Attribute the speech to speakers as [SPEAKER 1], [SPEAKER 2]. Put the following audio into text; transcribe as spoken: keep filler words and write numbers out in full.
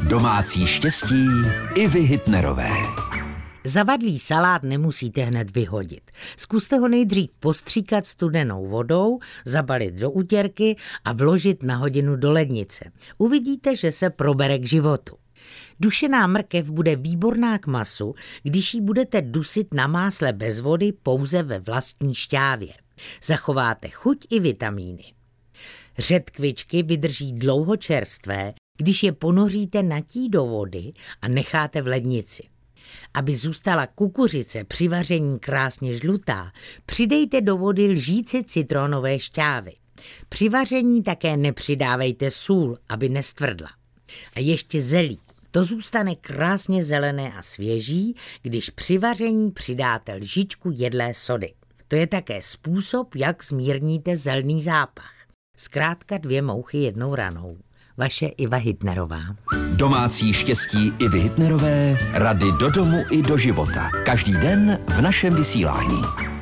[SPEAKER 1] Domácí štěstí Ivy Hitnerové.
[SPEAKER 2] Zavadlý salát nemusíte hned vyhodit. Zkuste ho nejdřív postříkat studenou vodou, zabalit do utěrky a vložit na hodinu do lednice. Uvidíte, že se probere k životu. Dušená mrkev bude výborná k masu, když ji budete dusit na másle bez vody pouze ve vlastní šťávě. Zachováte chuť i vitamíny. Řetkvičky vydrží dlouho čerstvé, když je ponoříte natí do vody a necháte v lednici. Aby zůstala kukuřice při vaření krásně žlutá, přidejte do vody lžíci citronové šťávy. Při vaření také nepřidávejte sůl, aby nestvrdla. A ještě zelí. To zůstane krásně zelené a svěží, když při vaření přidáte lžičku jedlé sody. To je také způsob, jak zmírníte zelný zápach. Zkrátka dvě mouchy jednou ranou. Vaše Iva Hitnerová.
[SPEAKER 1] Domácí štěstí Ivy Hitnerové, rady do domu i do života. Každý den v našem vysílání.